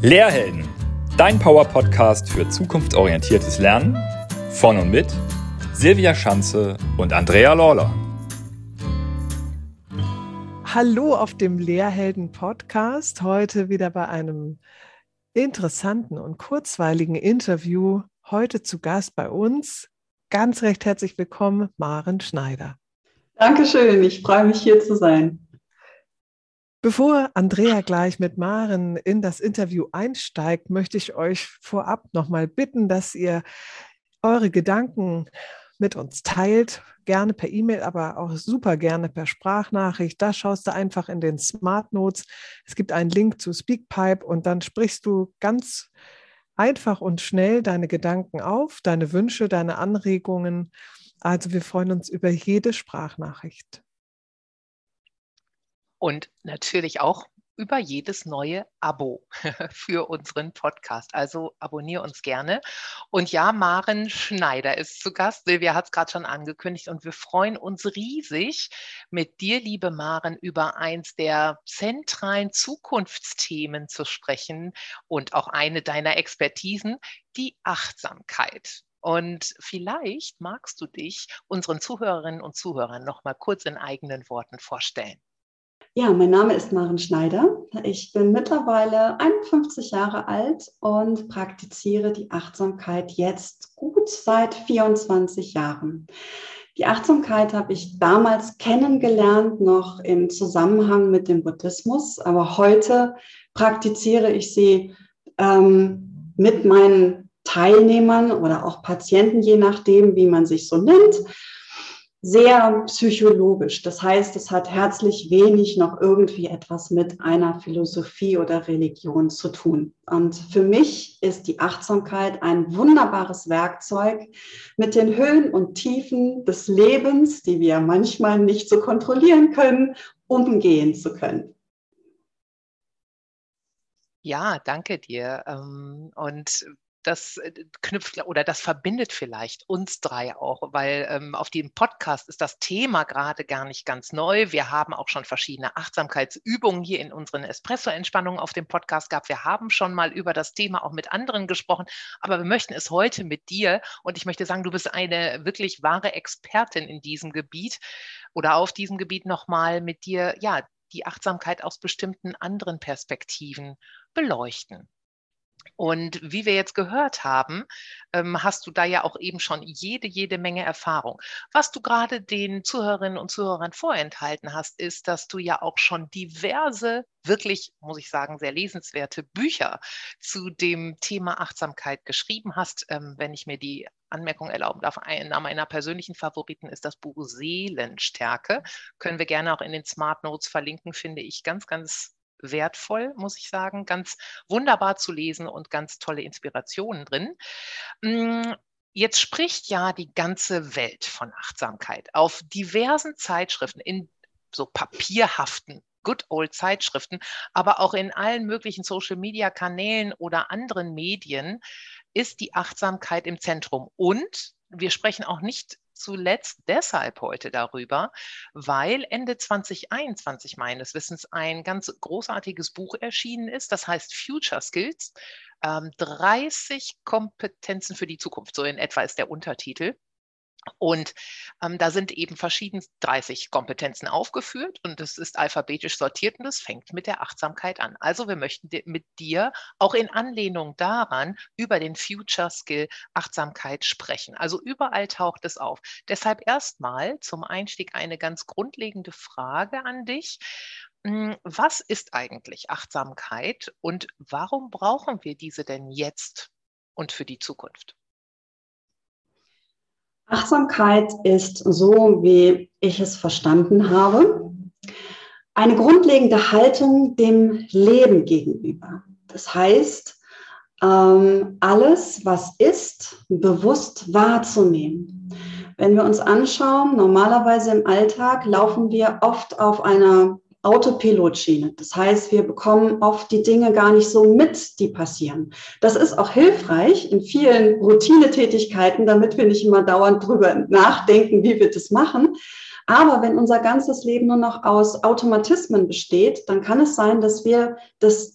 Lehrhelden, dein Power-Podcast für zukunftsorientiertes Lernen von und mit Silvia Schanze und Andrea Lawler. Hallo auf dem Lehrhelden-Podcast, heute wieder bei einem interessanten und kurzweiligen Interview. Heute zu Gast bei uns, ganz recht herzlich willkommen, Maren Schneider. Dankeschön, ich freue mich hier zu sein. Bevor Andrea gleich mit Maren in das Interview einsteigt, möchte ich euch vorab nochmal bitten, dass ihr eure Gedanken mit uns teilt, gerne per E-Mail, aber auch super gerne per Sprachnachricht. Da schaust du einfach in den Smart Notes. Es gibt einen Link zu Speakpipe und dann sprichst du ganz einfach und schnell deine Gedanken auf, deine Wünsche, deine Anregungen. Also wir freuen uns über jede Sprachnachricht. Und natürlich auch über jedes neue Abo für unseren Podcast. Also abonniere uns gerne. Und ja, Maren Schneider ist zu Gast. Silvia hat es gerade schon angekündigt und wir freuen uns riesig, mit dir, liebe Maren, über eins der zentralen Zukunftsthemen zu sprechen und auch eine deiner Expertisen, die Achtsamkeit. Und vielleicht magst du dich unseren Zuhörerinnen und Zuhörern noch mal kurz in eigenen Worten vorstellen. Ja, mein Name ist Maren Schneider. Ich bin mittlerweile 51 Jahre alt und praktiziere die Achtsamkeit jetzt gut seit 24 Jahren. Die Achtsamkeit habe ich damals kennengelernt, noch im Zusammenhang mit dem Buddhismus, aber heute praktiziere ich sie mit meinen Teilnehmern oder auch Patienten, je nachdem, wie man sich so nennt, sehr psychologisch. Das heißt, es hat herzlich wenig noch irgendwie etwas mit einer Philosophie oder Religion zu tun. Und für mich ist die Achtsamkeit ein wunderbares Werkzeug, mit den Höhen und Tiefen des Lebens, die wir manchmal nicht so kontrollieren können, umgehen zu können. Ja, danke dir. Und das knüpft oder das verbindet vielleicht uns drei auch, weil auf dem Podcast ist das Thema gerade gar nicht ganz neu. Wir haben auch schon verschiedene Achtsamkeitsübungen hier in unseren Espresso-Entspannungen auf dem Podcast gehabt. Wir haben schon mal über das Thema auch mit anderen gesprochen, aber wir möchten es heute mit dir und ich möchte sagen, du bist eine wirklich wahre Expertin in diesem Gebiet oder auf diesem Gebiet nochmal mit dir, ja, die Achtsamkeit aus bestimmten anderen Perspektiven beleuchten. Und wie wir jetzt gehört haben, hast du da ja auch eben schon jede Menge Erfahrung. Was du gerade den Zuhörerinnen und Zuhörern vorenthalten hast, ist, dass du ja auch schon diverse, wirklich, muss ich sagen, sehr lesenswerte Bücher zu dem Thema Achtsamkeit geschrieben hast. Wenn ich mir die Anmerkung erlauben darf, einer meiner persönlichen Favoriten ist das Buch Seelenstärke. Können wir gerne auch in den Smart Notes verlinken, finde ich ganz wertvoll, muss ich sagen, ganz wunderbar zu lesen und ganz tolle Inspirationen drin. Jetzt spricht ja die ganze Welt von Achtsamkeit. Auf diversen Zeitschriften, in so papierhaften Good Old Zeitschriften, aber auch in allen möglichen Social-Media-Kanälen oder anderen Medien ist die Achtsamkeit im Zentrum. Und wir sprechen auch nicht zuletzt deshalb heute darüber, weil Ende 2021 meines Wissens ein ganz großartiges Buch erschienen ist, das heißt Future Skills, 30 Kompetenzen für die Zukunft, so in etwa ist der Untertitel. Und da sind eben verschieden 30 Kompetenzen aufgeführt und es ist alphabetisch sortiert und es fängt mit der Achtsamkeit an. Also wir möchten mit dir auch in Anlehnung daran über den Future Skill Achtsamkeit sprechen. Also überall taucht es auf. Deshalb erstmal zum Einstieg eine ganz grundlegende Frage an dich. Was ist eigentlich Achtsamkeit und warum brauchen wir diese denn jetzt und für die Zukunft? Achtsamkeit ist, so wie ich es verstanden habe, eine grundlegende Haltung dem Leben gegenüber. Das heißt, alles, was ist, bewusst wahrzunehmen. Wenn wir uns anschauen, normalerweise im Alltag laufen wir oft auf einer Autopilotschiene. Das heißt, wir bekommen oft die Dinge gar nicht so mit, die passieren. Das ist auch hilfreich in vielen Routinetätigkeiten, damit wir nicht immer dauernd drüber nachdenken, wie wir das machen. Aber wenn unser ganzes Leben nur noch aus Automatismen besteht, dann kann es sein, dass wir das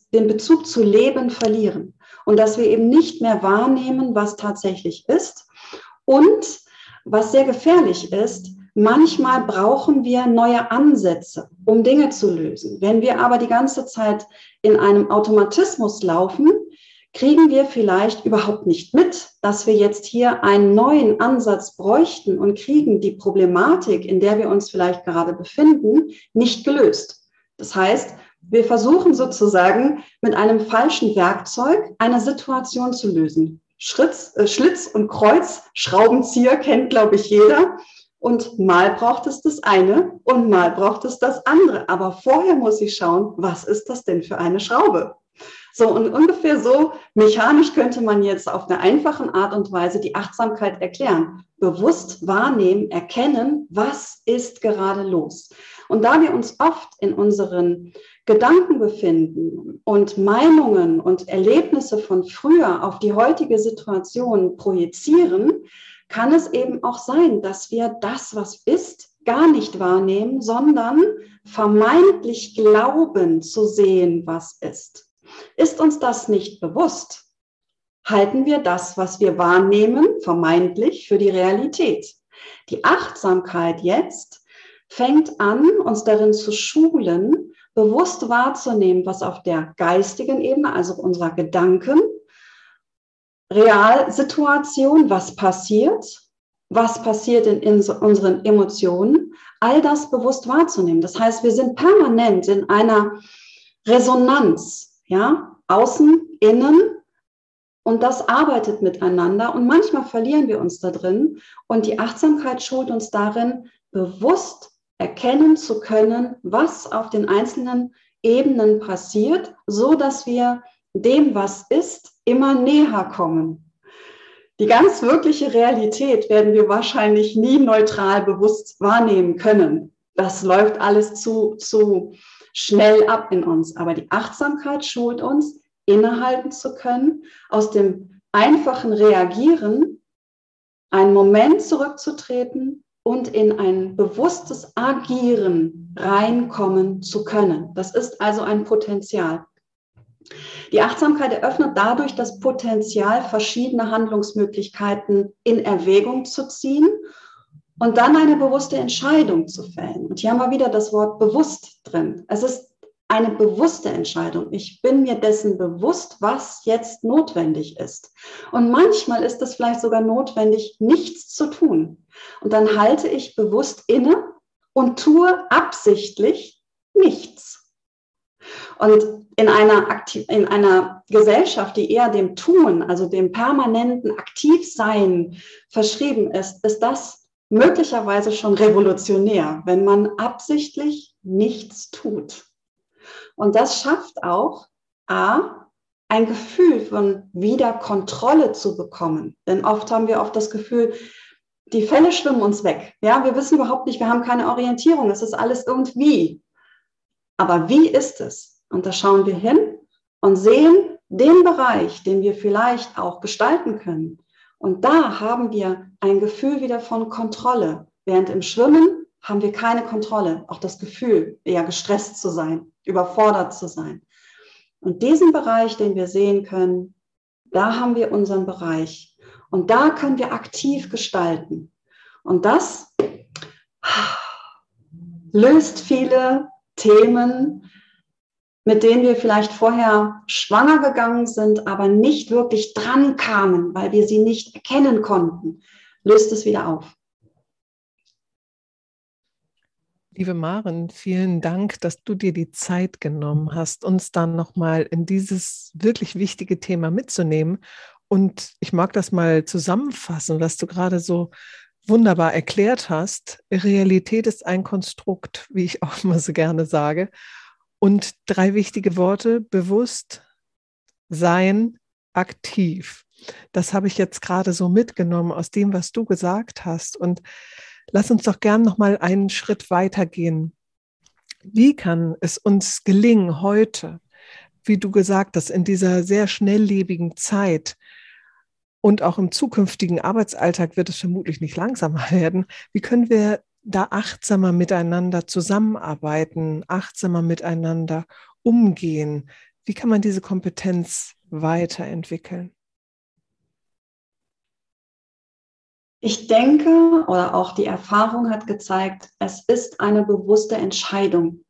den Bezug zu Leben verlieren und dass wir eben nicht mehr wahrnehmen, was tatsächlich ist. Und was sehr gefährlich ist, manchmal brauchen wir neue Ansätze, um Dinge zu lösen. Wenn wir aber die ganze Zeit in einem Automatismus laufen, kriegen wir vielleicht überhaupt nicht mit, dass wir jetzt hier einen neuen Ansatz bräuchten und kriegen die Problematik, in der wir uns vielleicht gerade befinden, nicht gelöst. Das heißt, wir versuchen sozusagen mit einem falschen Werkzeug eine Situation zu lösen. Schlitz und Kreuz, Schraubenzieher kennt, glaube ich, jeder. Und mal braucht es das eine und mal braucht es das andere. Aber vorher muss ich schauen, was ist das denn für eine Schraube? So, und ungefähr so mechanisch könnte man jetzt auf eine einfache Art und Weise die Achtsamkeit erklären. Bewusst wahrnehmen, erkennen, was ist gerade los. Und da wir uns oft in unseren Gedanken befinden und Meinungen und Erlebnisse von früher auf die heutige Situation projizieren, kann es eben auch sein, dass wir das, was ist, gar nicht wahrnehmen, sondern vermeintlich glauben zu sehen, was ist. Ist uns das nicht bewusst, halten wir das, was wir wahrnehmen, vermeintlich für die Realität. Die Achtsamkeit jetzt fängt an, uns darin zu schulen, bewusst wahrzunehmen, was auf der geistigen Ebene, also unserer Gedanken, Realsituation, was passiert in unseren Emotionen, all das bewusst wahrzunehmen. Das heißt, wir sind permanent in einer Resonanz, ja, außen, innen, und das arbeitet miteinander und manchmal verlieren wir uns da drin und die Achtsamkeit schult uns darin, bewusst erkennen zu können, was auf den einzelnen Ebenen passiert, so dass wir dem, was ist, immer näher kommen. Die ganz wirkliche Realität werden wir wahrscheinlich nie neutral bewusst wahrnehmen können. Das läuft alles zu schnell ab in uns. Aber die Achtsamkeit schult uns, innehalten zu können, aus dem einfachen Reagieren einen Moment zurückzutreten und in ein bewusstes Agieren reinkommen zu können. Das ist also ein Potenzial. Die Achtsamkeit eröffnet dadurch das Potenzial, verschiedene Handlungsmöglichkeiten in Erwägung zu ziehen und dann eine bewusste Entscheidung zu fällen. Und hier haben wir wieder das Wort bewusst drin. Es ist eine bewusste Entscheidung. Ich bin mir dessen bewusst, was jetzt notwendig ist. Und manchmal ist es vielleicht sogar notwendig, nichts zu tun. Und dann halte ich bewusst inne und tue absichtlich nichts. Und in einer Gesellschaft, die eher dem Tun, also dem permanenten Aktivsein verschrieben ist, ist das möglicherweise schon revolutionär, wenn man absichtlich nichts tut. Und das schafft auch, ein Gefühl von wieder Kontrolle zu bekommen. Denn oft haben wir das Gefühl, die Fälle schwimmen uns weg. Ja, wir wissen überhaupt nicht, wir haben keine Orientierung, es ist alles irgendwie. Aber wie ist es? Und da schauen wir hin und sehen den Bereich, den wir vielleicht auch gestalten können. Und da haben wir ein Gefühl wieder von Kontrolle. Während im Schwimmen haben wir keine Kontrolle, auch das Gefühl, eher gestresst zu sein, überfordert zu sein. Und diesen Bereich, den wir sehen können, da haben wir unseren Bereich. Und da können wir aktiv gestalten. Und das löst viele Themen, mit denen wir vielleicht vorher schwanger gegangen sind, aber nicht wirklich dran kamen, weil wir sie nicht erkennen konnten, löst es wieder auf. Liebe Maren, vielen Dank, dass du dir die Zeit genommen hast, uns dann nochmal in dieses wirklich wichtige Thema mitzunehmen. Und ich mag das mal zusammenfassen, was du gerade so wunderbar erklärt hast. Realität ist ein Konstrukt, wie ich auch immer so gerne sage. Und 3 wichtige Worte: bewusst, sein, aktiv. Das habe ich jetzt gerade so mitgenommen aus dem, was du gesagt hast. Und lass uns doch gern noch mal einen Schritt weiter gehen. Wie kann es uns gelingen, heute, wie du gesagt hast, in dieser sehr schnelllebigen Zeit und auch im zukünftigen Arbeitsalltag wird es vermutlich nicht langsamer werden, wie können wir da achtsamer miteinander zusammenarbeiten, achtsamer miteinander umgehen, Wie kann man diese Kompetenz weiterentwickeln? Ich denke, oder auch die Erfahrung hat gezeigt, es ist eine bewusste Entscheidung,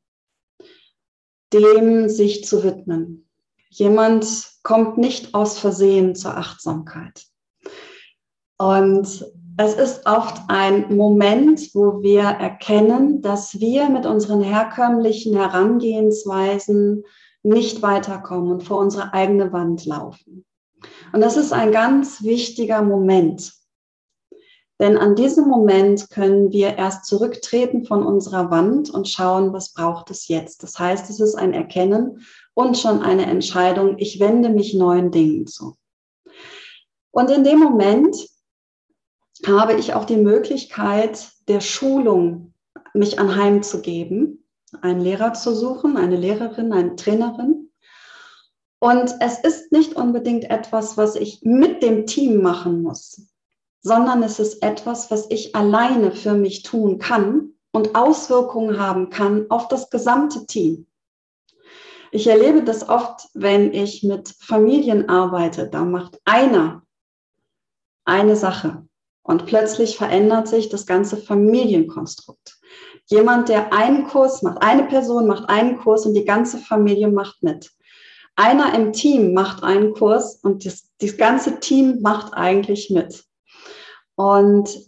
dem sich zu widmen. Jemand kommt nicht aus Versehen zur Achtsamkeit. Und es ist oft ein Moment, wo wir erkennen, dass wir mit unseren herkömmlichen Herangehensweisen nicht weiterkommen und vor unsere eigene Wand laufen. Und das ist ein ganz wichtiger Moment. Denn an diesem Moment können wir erst zurücktreten von unserer Wand und schauen, was braucht es jetzt. Das heißt, es ist ein Erkennen und schon eine Entscheidung, ich wende mich neuen Dingen zu. Und in dem Moment habe ich auch die Möglichkeit der Schulung, mich anheimzugeben, einen Lehrer zu suchen, eine Lehrerin, eine Trainerin. Und es ist nicht unbedingt etwas, was ich mit dem Team machen muss, sondern es ist etwas, was ich alleine für mich tun kann und Auswirkungen haben kann auf das gesamte Team. Ich erlebe das oft, wenn ich mit Familien arbeite, da macht einer eine Sache und plötzlich verändert sich das ganze Familienkonstrukt. Jemand, der einen Kurs macht, eine Person macht einen Kurs und die ganze Familie macht mit. Einer im Team macht einen Kurs und das ganze Team macht eigentlich mit. Und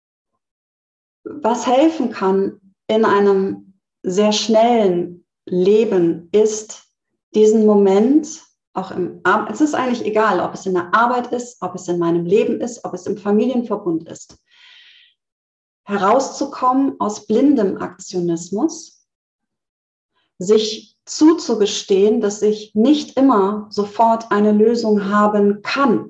was helfen kann in einem sehr schnellen Leben, ist diesen Moment, es ist eigentlich egal, ob es in der Arbeit ist, ob es in meinem Leben ist, ob es im Familienverbund ist, herauszukommen aus blindem Aktionismus, sich zuzugestehen, dass ich nicht immer sofort eine Lösung haben kann.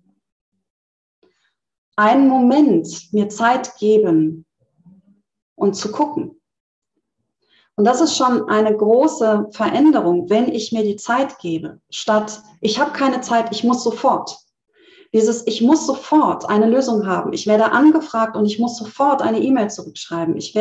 Einen Moment mir Zeit geben und zu gucken. Und das ist schon eine große Veränderung, wenn ich mir die Zeit gebe, statt ich habe keine Zeit, ich muss sofort. Ich muss sofort eine Lösung haben. Ich werde angefragt und ich muss sofort eine E-Mail zurückschreiben. Ich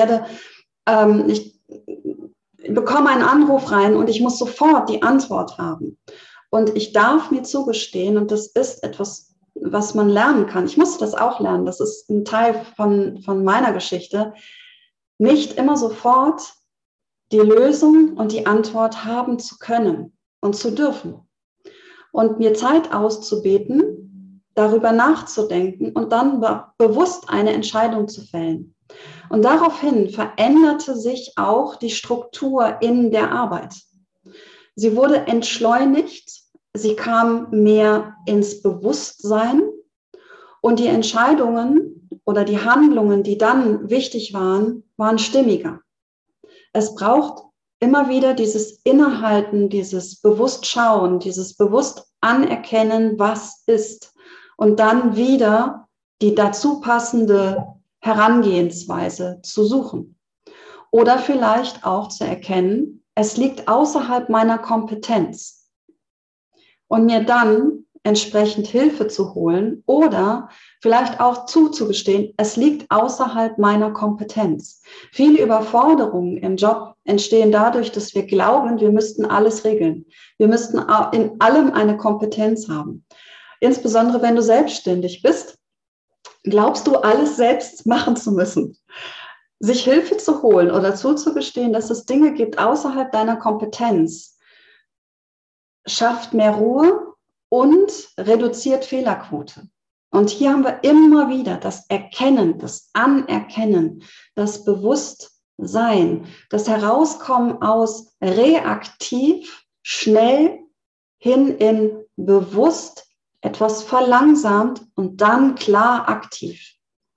bekomme einen Anruf rein und ich muss sofort die Antwort haben. Und ich darf mir zugestehen, und das ist etwas, was man lernen kann. Ich musste das auch lernen. Das ist ein Teil von meiner Geschichte. Nicht immer sofort die Lösung und die Antwort haben zu können und zu dürfen. Und mir Zeit auszubeten, darüber nachzudenken und dann bewusst eine Entscheidung zu fällen. Und daraufhin veränderte sich auch die Struktur in der Arbeit. Sie wurde entschleunigt. Sie kam mehr ins Bewusstsein und die Entscheidungen oder die Handlungen, die dann wichtig waren, waren stimmiger. Es braucht immer wieder dieses Innehalten, dieses Bewusstschauen, dieses bewusst Anerkennen, was ist und dann wieder die dazu passende Herangehensweise zu suchen. Oder vielleicht auch zu erkennen, es liegt außerhalb meiner Kompetenz. Und mir dann entsprechend Hilfe zu holen oder vielleicht auch zuzugestehen, es liegt außerhalb meiner Kompetenz. Viele Überforderungen im Job entstehen dadurch, dass wir glauben, wir müssten alles regeln. Wir müssten in allem eine Kompetenz haben. Insbesondere wenn du selbstständig bist, glaubst du, alles selbst machen zu müssen. Sich Hilfe zu holen oder zuzugestehen, dass es Dinge gibt außerhalb deiner Kompetenz, schafft mehr Ruhe und reduziert Fehlerquote. Und hier haben wir immer wieder das Erkennen, das Anerkennen, das Bewusstsein, das Herauskommen aus reaktiv, schnell hin in bewusst, etwas verlangsamt und dann klar aktiv.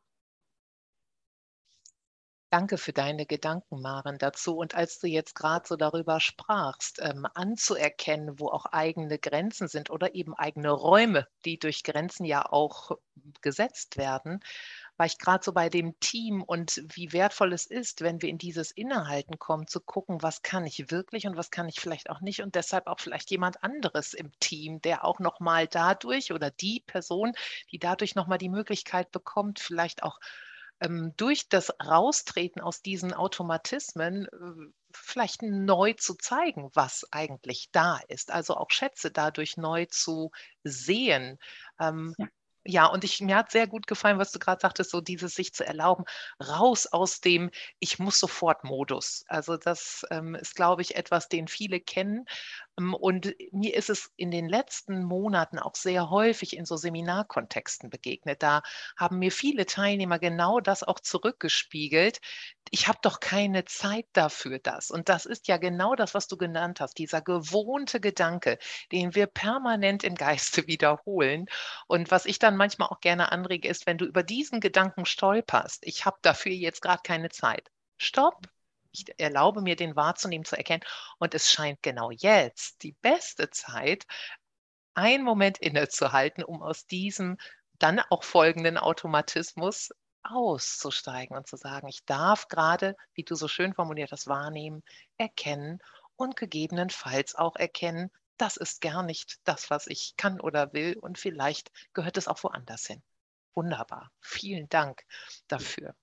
Danke für deine Gedanken, Maren, dazu. Und als du jetzt gerade so darüber sprachst, anzuerkennen, wo auch eigene Grenzen sind oder eben eigene Räume, die durch Grenzen ja auch gesetzt werden, war ich gerade so bei dem Team und wie wertvoll es ist, wenn wir in dieses Innehalten kommen, zu gucken, was kann ich wirklich und was kann ich vielleicht auch nicht und deshalb auch vielleicht jemand anderes im Team, der auch nochmal dadurch oder die Person, die dadurch nochmal die Möglichkeit bekommt, vielleicht auch durch das Raustreten aus diesen Automatismen vielleicht neu zu zeigen, was eigentlich da ist. Also auch Schätze dadurch neu zu sehen. Ja. Ja, und mir hat sehr gut gefallen, was du gerade sagtest, so dieses sich zu erlauben, raus aus dem Ich muss sofort Modus. Also das ist, glaube ich, etwas, den viele kennen. Und mir ist es in den letzten Monaten auch sehr häufig in so Seminarkontexten begegnet. Da haben mir viele Teilnehmer genau das auch zurückgespiegelt. Ich habe doch keine Zeit dafür, das. Und das ist ja genau das, was du genannt hast, dieser gewohnte Gedanke, den wir permanent im Geiste wiederholen. Und was ich dann manchmal auch gerne anrege, ist, wenn du über diesen Gedanken stolperst, ich habe dafür jetzt gerade keine Zeit. Stopp. Ich erlaube mir, den wahrzunehmen, zu erkennen. Und es scheint genau jetzt die beste Zeit, einen Moment innezuhalten, um aus diesem dann auch folgenden Automatismus auszusteigen und zu sagen, ich darf gerade, wie du so schön formuliert hast, wahrnehmen, erkennen und gegebenenfalls auch erkennen, das ist gar nicht das, was ich kann oder will und vielleicht gehört es auch woanders hin. Wunderbar. Vielen Dank dafür.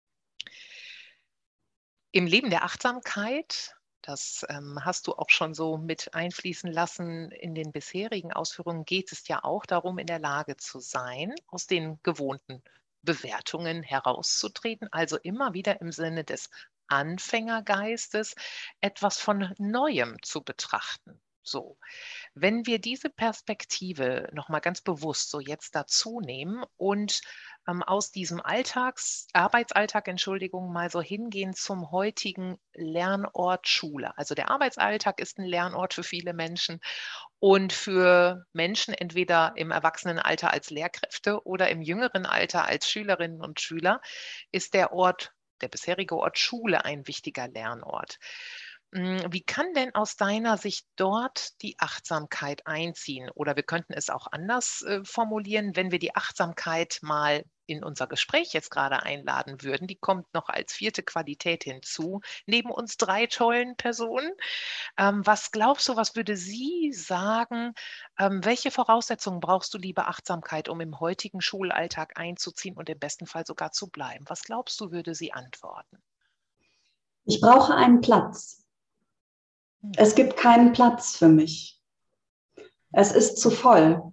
Im Leben der Achtsamkeit, das hast du auch schon so mit einfließen lassen in den bisherigen Ausführungen, geht es ja auch darum, in der Lage zu sein, aus den gewohnten Bewertungen herauszutreten, also immer wieder im Sinne des Anfängergeistes etwas von Neuem zu betrachten. So, wenn wir diese Perspektive noch mal ganz bewusst so jetzt dazu nehmen und aus diesem Arbeitsalltag, Entschuldigung, mal so hingehen zum heutigen Lernort Schule. Also der Arbeitsalltag ist ein Lernort für viele Menschen und für Menschen entweder im Erwachsenenalter als Lehrkräfte oder im jüngeren Alter als Schülerinnen und Schüler ist der bisherige Ort Schule ein wichtiger Lernort. Wie kann denn aus deiner Sicht dort die Achtsamkeit einziehen? Oder wir könnten es auch anders formulieren, wenn wir die Achtsamkeit mal in unser Gespräch jetzt gerade einladen würden. Die kommt noch als vierte Qualität hinzu, neben uns drei tollen Personen. Was glaubst du, was würde sie sagen? Welche Voraussetzungen brauchst du, liebe Achtsamkeit, um im heutigen Schulalltag einzuziehen und im besten Fall sogar zu bleiben? Was glaubst du, würde sie antworten? Ich brauche einen Platz. Es gibt keinen Platz für mich. Es ist zu voll.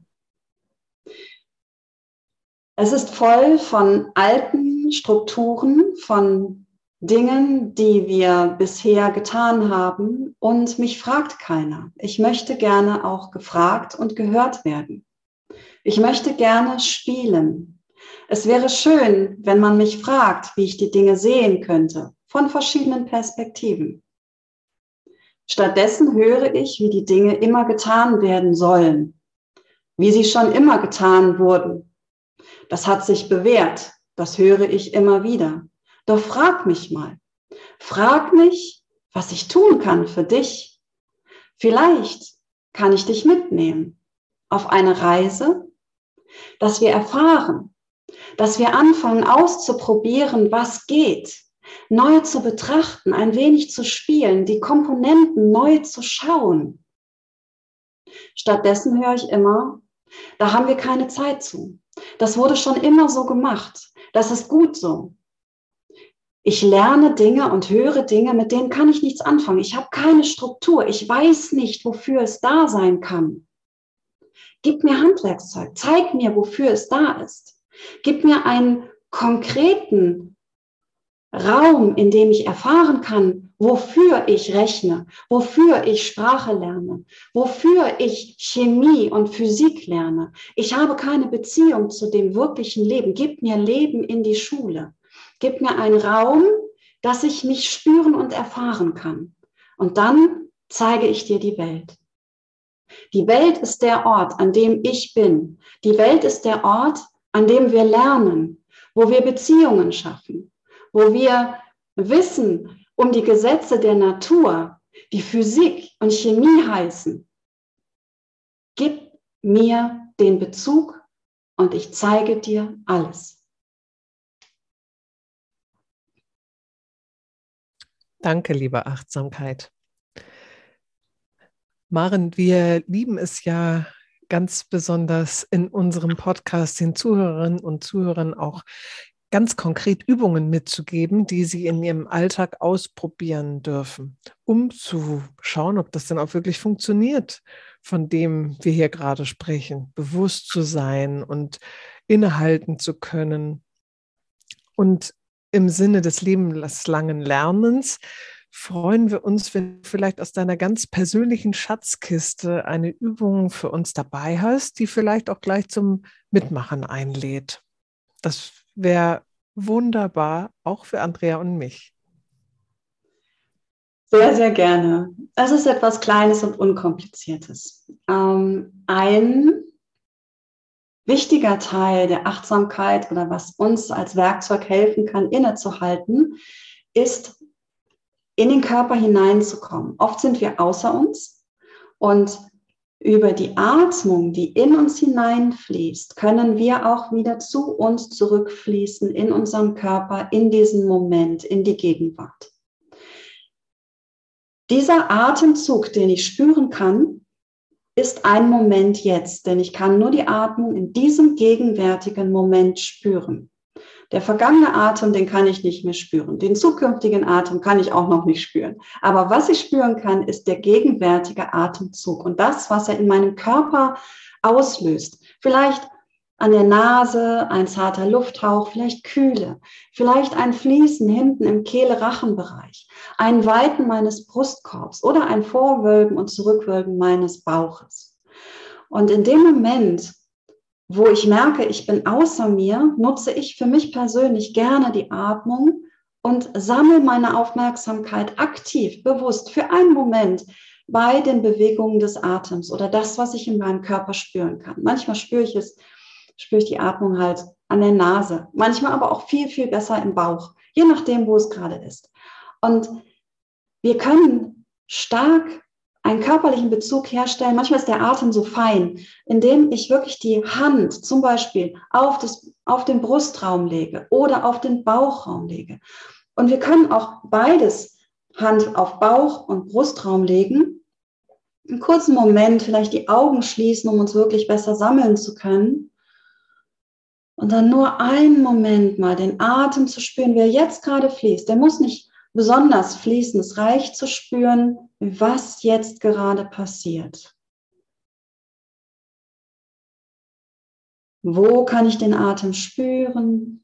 Es ist voll von alten Strukturen, von Dingen, die wir bisher getan haben, und mich fragt keiner. Ich möchte gerne auch gefragt und gehört werden. Ich möchte gerne spielen. Es wäre schön, wenn man mich fragt, wie ich die Dinge sehen könnte, von verschiedenen Perspektiven. Stattdessen höre ich, wie die Dinge immer getan werden sollen, wie sie schon immer getan wurden. Das hat sich bewährt, das höre ich immer wieder. Doch frag mich mal, frag mich, was ich tun kann für dich. Vielleicht kann ich dich mitnehmen auf eine Reise, dass wir erfahren, dass wir anfangen auszuprobieren, was geht, neu zu betrachten, ein wenig zu spielen, die Komponenten neu zu schauen. Stattdessen höre ich immer, da haben wir keine Zeit zu. Das wurde schon immer so gemacht. Das ist gut so. Ich lerne Dinge und höre Dinge, mit denen kann ich nichts anfangen. Ich habe keine Struktur. Ich weiß nicht, wofür es da sein kann. Gib mir Handwerkszeug. Zeig mir, wofür es da ist. Gib mir einen konkreten Raum, in dem ich erfahren kann, wofür ich rechne, wofür ich Sprache lerne, wofür ich Chemie und Physik lerne. Ich habe keine Beziehung zu dem wirklichen Leben. Gib mir Leben in die Schule. Gib mir einen Raum, dass ich mich spüren und erfahren kann. Und dann zeige ich dir die Welt. Die Welt ist der Ort, an dem ich bin. Die Welt ist der Ort, an dem wir lernen, wo wir Beziehungen schaffen, wo wir wissen um die Gesetze der Natur, die Physik und Chemie heißen. Gib mir den Bezug und ich zeige dir alles. Danke, liebe Achtsamkeit. Maren, wir lieben es ja ganz besonders in unserem Podcast den Zuhörerinnen und Zuhörern auch ganz konkret Übungen mitzugeben, die Sie in Ihrem Alltag ausprobieren dürfen, um zu schauen, ob das dann auch wirklich funktioniert, von dem wir hier gerade sprechen, bewusst zu sein und innehalten zu können. Und im Sinne des lebenslangen Lernens freuen wir uns, wenn du vielleicht aus deiner ganz persönlichen Schatzkiste eine Übung für uns dabei hast, die vielleicht auch gleich zum Mitmachen einlädt. Das wäre wunderbar, auch für Andrea und mich. Sehr, sehr gerne. Es ist etwas Kleines und Unkompliziertes. Ein wichtiger Teil der Achtsamkeit oder was uns als Werkzeug helfen kann, innezuhalten, ist, in den Körper hineinzukommen. Oft sind wir außer uns und über die Atmung, die in uns hineinfließt, können wir auch wieder zu uns zurückfließen, in unserem Körper, in diesen Moment, in die Gegenwart. Dieser Atemzug, den ich spüren kann, ist ein Moment jetzt, denn ich kann nur die Atmung in diesem gegenwärtigen Moment spüren. Der vergangene Atem, den kann ich nicht mehr spüren. Den zukünftigen Atem kann ich auch noch nicht spüren. Aber was ich spüren kann, ist der gegenwärtige Atemzug und das, was er in meinem Körper auslöst. Vielleicht an der Nase ein zarter Lufthauch, vielleicht Kühle, vielleicht ein Fließen hinten im Kehle-Rachenbereich, ein Weiten meines Brustkorbs oder ein Vorwölben und Zurückwölben meines Bauches. Und in dem Moment, wo ich merke, ich bin außer mir, nutze ich für mich persönlich gerne die Atmung und sammle meine Aufmerksamkeit aktiv, bewusst für einen Moment bei den Bewegungen des Atems oder das, was ich in meinem Körper spüren kann. Manchmal spüre ich die Atmung halt an der Nase, manchmal aber auch viel, viel besser im Bauch, je nachdem, wo es gerade ist. Und wir können stark einen körperlichen Bezug herstellen. Manchmal ist der Atem so fein, indem ich wirklich die Hand zum Beispiel auf den Brustraum lege oder auf den Bauchraum lege. Und wir können auch beides, Hand auf Bauch und Brustraum legen, einen kurzen Moment vielleicht die Augen schließen, um uns wirklich besser sammeln zu können. Und dann nur einen Moment mal den Atem zu spüren, wie er jetzt gerade fließt. Der muss nicht besonders fließen. Es reicht zu spüren, was jetzt gerade passiert. Wo kann ich den Atem spüren?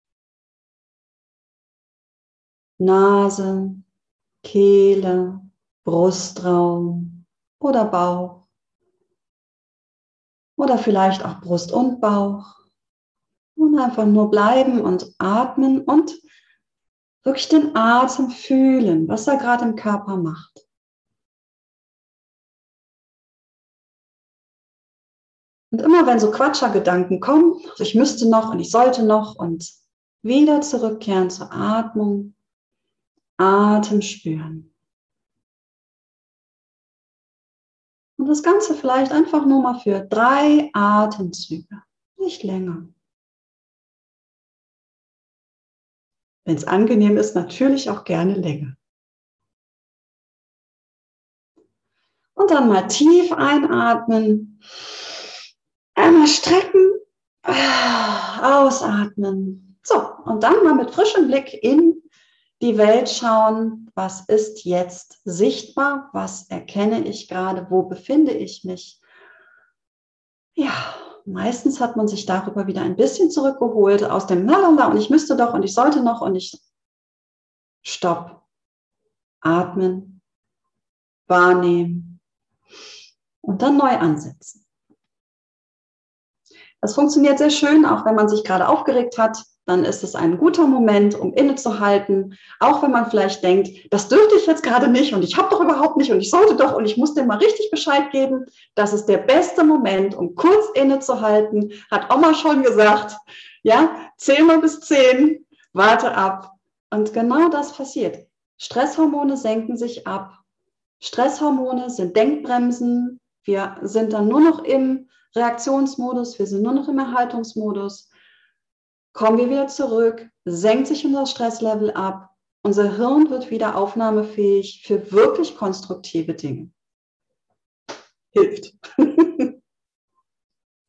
Nase, Kehle, Brustraum oder Bauch. Oder vielleicht auch Brust und Bauch. Und einfach nur bleiben und atmen und wirklich den Atem fühlen, was er gerade im Körper macht. Und immer wenn so Quatschergedanken kommen, also ich müsste noch und ich sollte noch und wieder zurückkehren zur Atmung, Atem spüren. Und das Ganze vielleicht einfach nur mal für 3 Atemzüge, nicht länger. Wenn es angenehm ist, natürlich auch gerne länger. Und dann mal tief einatmen, einmal strecken, ausatmen. So, und dann mal mit frischem Blick in die Welt schauen, was ist jetzt sichtbar, was erkenne ich gerade, wo befinde ich mich. Ja, meistens hat man sich darüber wieder ein bisschen zurückgeholt aus dem Lalala und ich müsste doch und ich sollte noch und ich Stopp, atmen, wahrnehmen und dann neu ansetzen. Das funktioniert sehr schön, auch wenn man sich gerade aufgeregt hat, dann ist es ein guter Moment, um innezuhalten, auch wenn man vielleicht denkt, das dürfte ich jetzt gerade nicht und ich habe doch überhaupt nicht und ich sollte doch und ich muss dem mal richtig Bescheid geben. Das ist der beste Moment, um kurz innezuhalten, hat Oma schon gesagt, ja, zähl mal bis 10, warte ab. Und genau das passiert. Stresshormone senken sich ab. Stresshormone sind Denkbremsen. Wir sind dann nur noch im Reaktionsmodus, wir sind nur noch im Erhaltungsmodus. Kommen wir wieder zurück, senkt sich unser Stresslevel ab. Unser Hirn wird wieder aufnahmefähig für wirklich konstruktive Dinge. Hilft.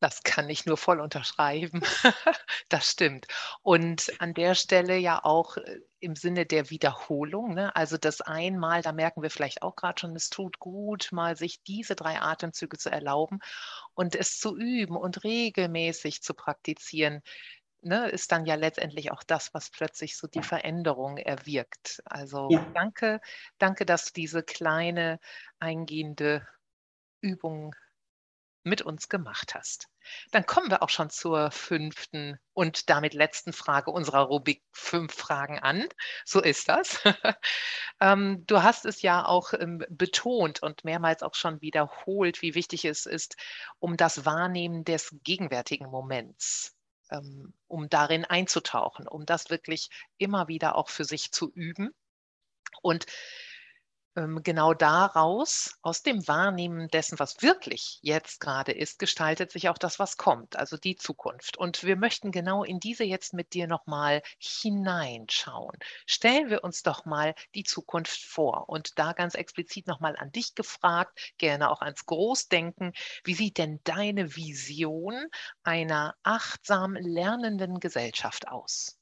Das kann ich nur voll unterschreiben. Das stimmt. Und an der Stelle ja auch im Sinne der Wiederholung, ne? Also das einmal, da merken wir vielleicht auch gerade schon, es tut gut, mal sich diese 3 Atemzüge zu erlauben und es zu üben und regelmäßig zu praktizieren, ne, ist dann ja letztendlich auch das, was plötzlich so die Veränderung erwirkt. Also Ja. danke, dass du diese kleine eingehende Übung mit uns gemacht hast. Dann kommen wir auch schon zur 5. und damit letzten Frage unserer Rubrik 5 Fragen an. So ist das. Du hast es ja auch betont und mehrmals auch schon wiederholt, wie wichtig es ist, um das Wahrnehmen des gegenwärtigen Moments, um darin einzutauchen, um das wirklich immer wieder auch für sich zu üben. Und genau daraus, aus dem Wahrnehmen dessen, was wirklich jetzt gerade ist, gestaltet sich auch das, was kommt, also die Zukunft. Und wir möchten genau in diese jetzt mit dir nochmal hineinschauen. Stellen wir uns doch mal die Zukunft vor und da ganz explizit nochmal an dich gefragt, gerne auch ans Großdenken. Wie sieht denn deine Vision einer achtsam lernenden Gesellschaft aus?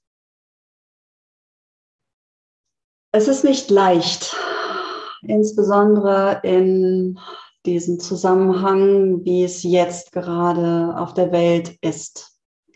Es ist nicht leicht, insbesondere in diesem Zusammenhang, wie es jetzt gerade auf der Welt ist.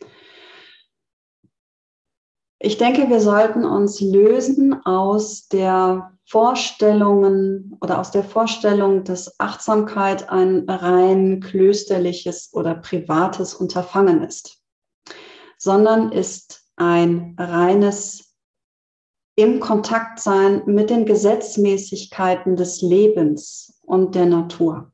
Ich denke, wir sollten uns lösen aus der Vorstellung, dass Achtsamkeit ein rein klösterliches oder privates Unterfangen ist, sondern ist ein reines im Kontakt sein mit den Gesetzmäßigkeiten des Lebens und der Natur.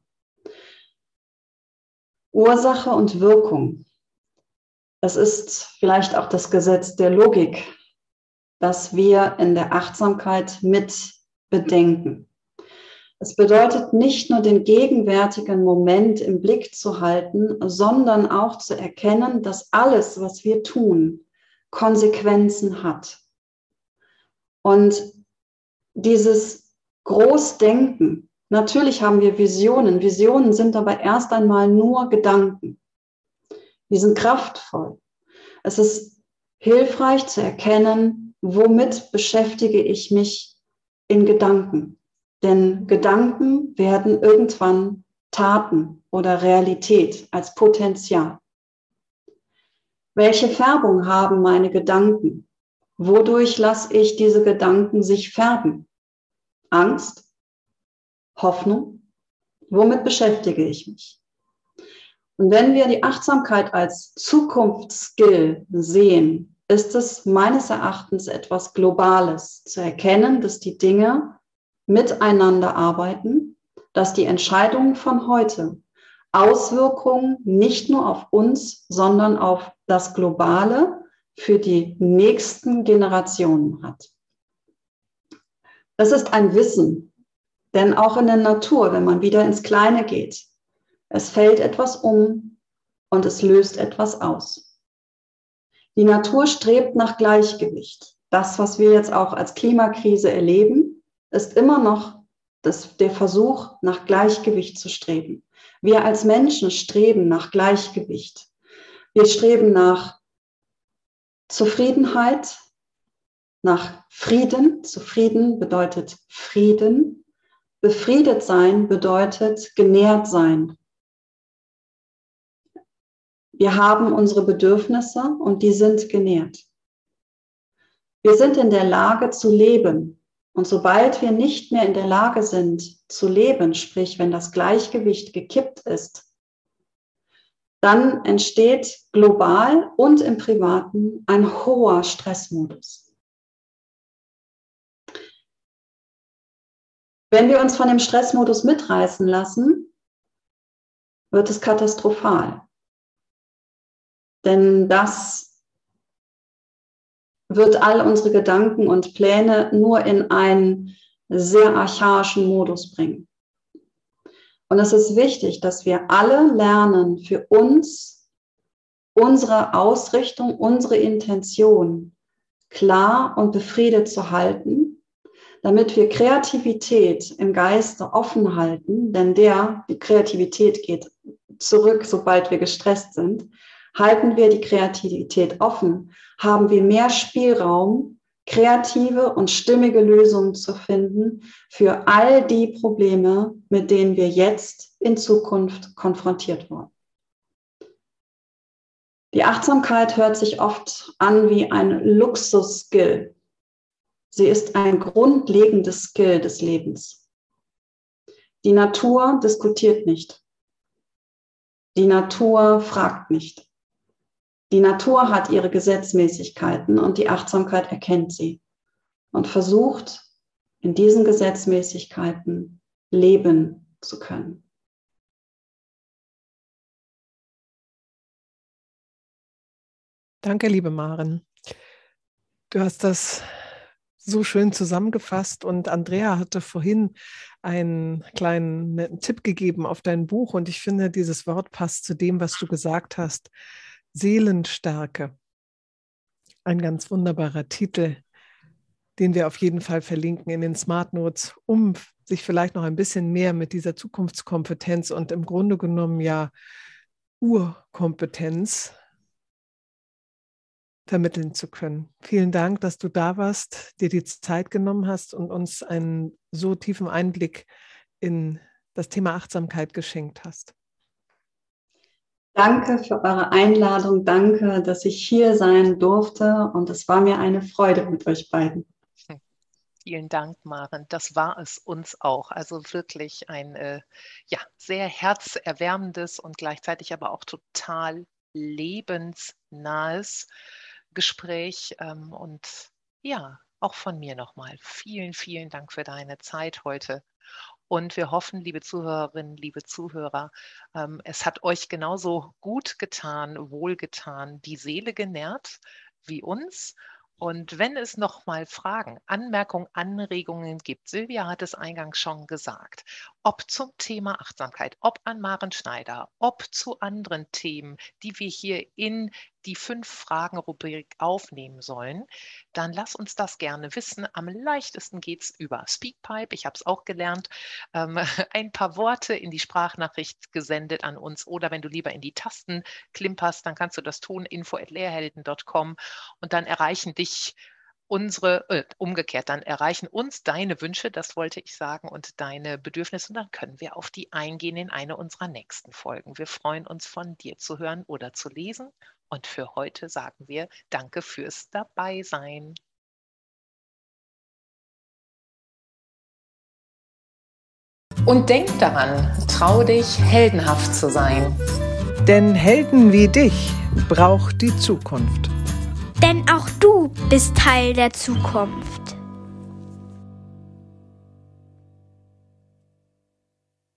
Ursache und Wirkung. Es ist vielleicht auch das Gesetz der Logik, das wir in der Achtsamkeit mit bedenken. Es bedeutet nicht nur den gegenwärtigen Moment im Blick zu halten, sondern auch zu erkennen, dass alles, was wir tun, Konsequenzen hat. Und dieses Großdenken, natürlich haben wir Visionen. Visionen sind aber erst einmal nur Gedanken. Die sind kraftvoll. Es ist hilfreich zu erkennen, womit beschäftige ich mich in Gedanken. Denn Gedanken werden irgendwann Taten oder Realität als Potenzial. Welche Färbung haben meine Gedanken? Wodurch lasse ich diese Gedanken sich färben? Angst? Hoffnung? Womit beschäftige ich mich? Und wenn wir die Achtsamkeit als Zukunftsskill sehen, ist es meines Erachtens etwas Globales, zu erkennen, dass die Dinge miteinander arbeiten, dass die Entscheidungen von heute Auswirkungen nicht nur auf uns, sondern auf das Globale für die nächsten Generationen hat. Das ist ein Wissen, denn auch in der Natur, wenn man wieder ins Kleine geht, es fällt etwas um und es löst etwas aus. Die Natur strebt nach Gleichgewicht. Das, was wir jetzt auch als Klimakrise erleben, ist immer noch der Versuch, nach Gleichgewicht zu streben. Wir als Menschen streben nach Gleichgewicht. Wir streben nach Zufriedenheit, nach Frieden. Zufrieden bedeutet Frieden. Befriedet sein bedeutet genährt sein. Wir haben unsere Bedürfnisse und die sind genährt. Wir sind in der Lage zu leben. Und sobald wir nicht mehr in der Lage sind zu leben, sprich wenn das Gleichgewicht gekippt ist, dann entsteht global und im Privaten ein hoher Stressmodus. Wenn wir uns von dem Stressmodus mitreißen lassen, wird es katastrophal. Denn das wird all unsere Gedanken und Pläne nur in einen sehr archaischen Modus bringen. Und es ist wichtig, dass wir alle lernen, für uns unsere Ausrichtung, unsere Intention klar und befriedet zu halten, damit wir Kreativität im Geiste offen halten, denn die Kreativität geht zurück, sobald wir gestresst sind, halten wir die Kreativität offen, haben wir mehr Spielraum, kreative und stimmige Lösungen zu finden für all die Probleme, mit denen wir jetzt in Zukunft konfrontiert wurden. Die Achtsamkeit hört sich oft an wie ein Luxus-Skill. Sie ist ein grundlegendes Skill des Lebens. Die Natur diskutiert nicht. Die Natur fragt nicht. Die Natur hat ihre Gesetzmäßigkeiten und die Achtsamkeit erkennt sie und versucht, in diesen Gesetzmäßigkeiten leben zu können. Danke, liebe Maren. Du hast das so schön zusammengefasst und Andrea hatte vorhin einen kleinen Tipp gegeben auf dein Buch und ich finde, dieses Wort passt zu dem, was du gesagt hast. Seelenstärke. Ein ganz wunderbarer Titel, den wir auf jeden Fall verlinken in den Smart Notes, um sich vielleicht noch ein bisschen mehr mit dieser Zukunftskompetenz und im Grunde genommen ja Urkompetenz vermitteln zu können. Vielen Dank, dass du da warst, dir die Zeit genommen hast und uns einen so tiefen Einblick in das Thema Achtsamkeit geschenkt hast. Danke für eure Einladung. Danke, dass ich hier sein durfte. Und es war mir eine Freude mit euch beiden. Vielen Dank, Maren. Das war es uns auch. Also wirklich ein sehr herzerwärmendes und gleichzeitig aber auch total lebensnahes Gespräch. Und ja, auch von mir nochmal vielen, vielen Dank für deine Zeit heute. Und wir hoffen, liebe Zuhörerinnen, liebe Zuhörer, es hat euch genauso gut getan, wohlgetan, die Seele genährt wie uns. Und wenn es noch mal Fragen, Anmerkungen, Anregungen gibt, Silvia hat es eingangs schon gesagt, ob zum Thema Achtsamkeit, ob an Maren Schneider, ob zu anderen Themen, die wir hier in die 5-Fragen-Rubrik aufnehmen sollen, dann lass uns das gerne wissen. Am leichtesten geht es über Speakpipe, ich habe es auch gelernt, ein paar Worte in die Sprachnachricht gesendet an uns oder wenn du lieber in die Tasten klimperst, dann kannst du das tun, info@lehrhelden.com und dann erreichen dich dann erreichen uns deine Wünsche, das wollte ich sagen, und deine Bedürfnisse und dann können wir auf die eingehen in eine unserer nächsten Folgen. Wir freuen uns, von dir zu hören oder zu lesen und für heute sagen wir Danke fürs Dabeisein. Und denk daran, trau dich, heldenhaft zu sein. Denn Helden wie dich braucht die Zukunft. Denn auch du bist Teil der Zukunft.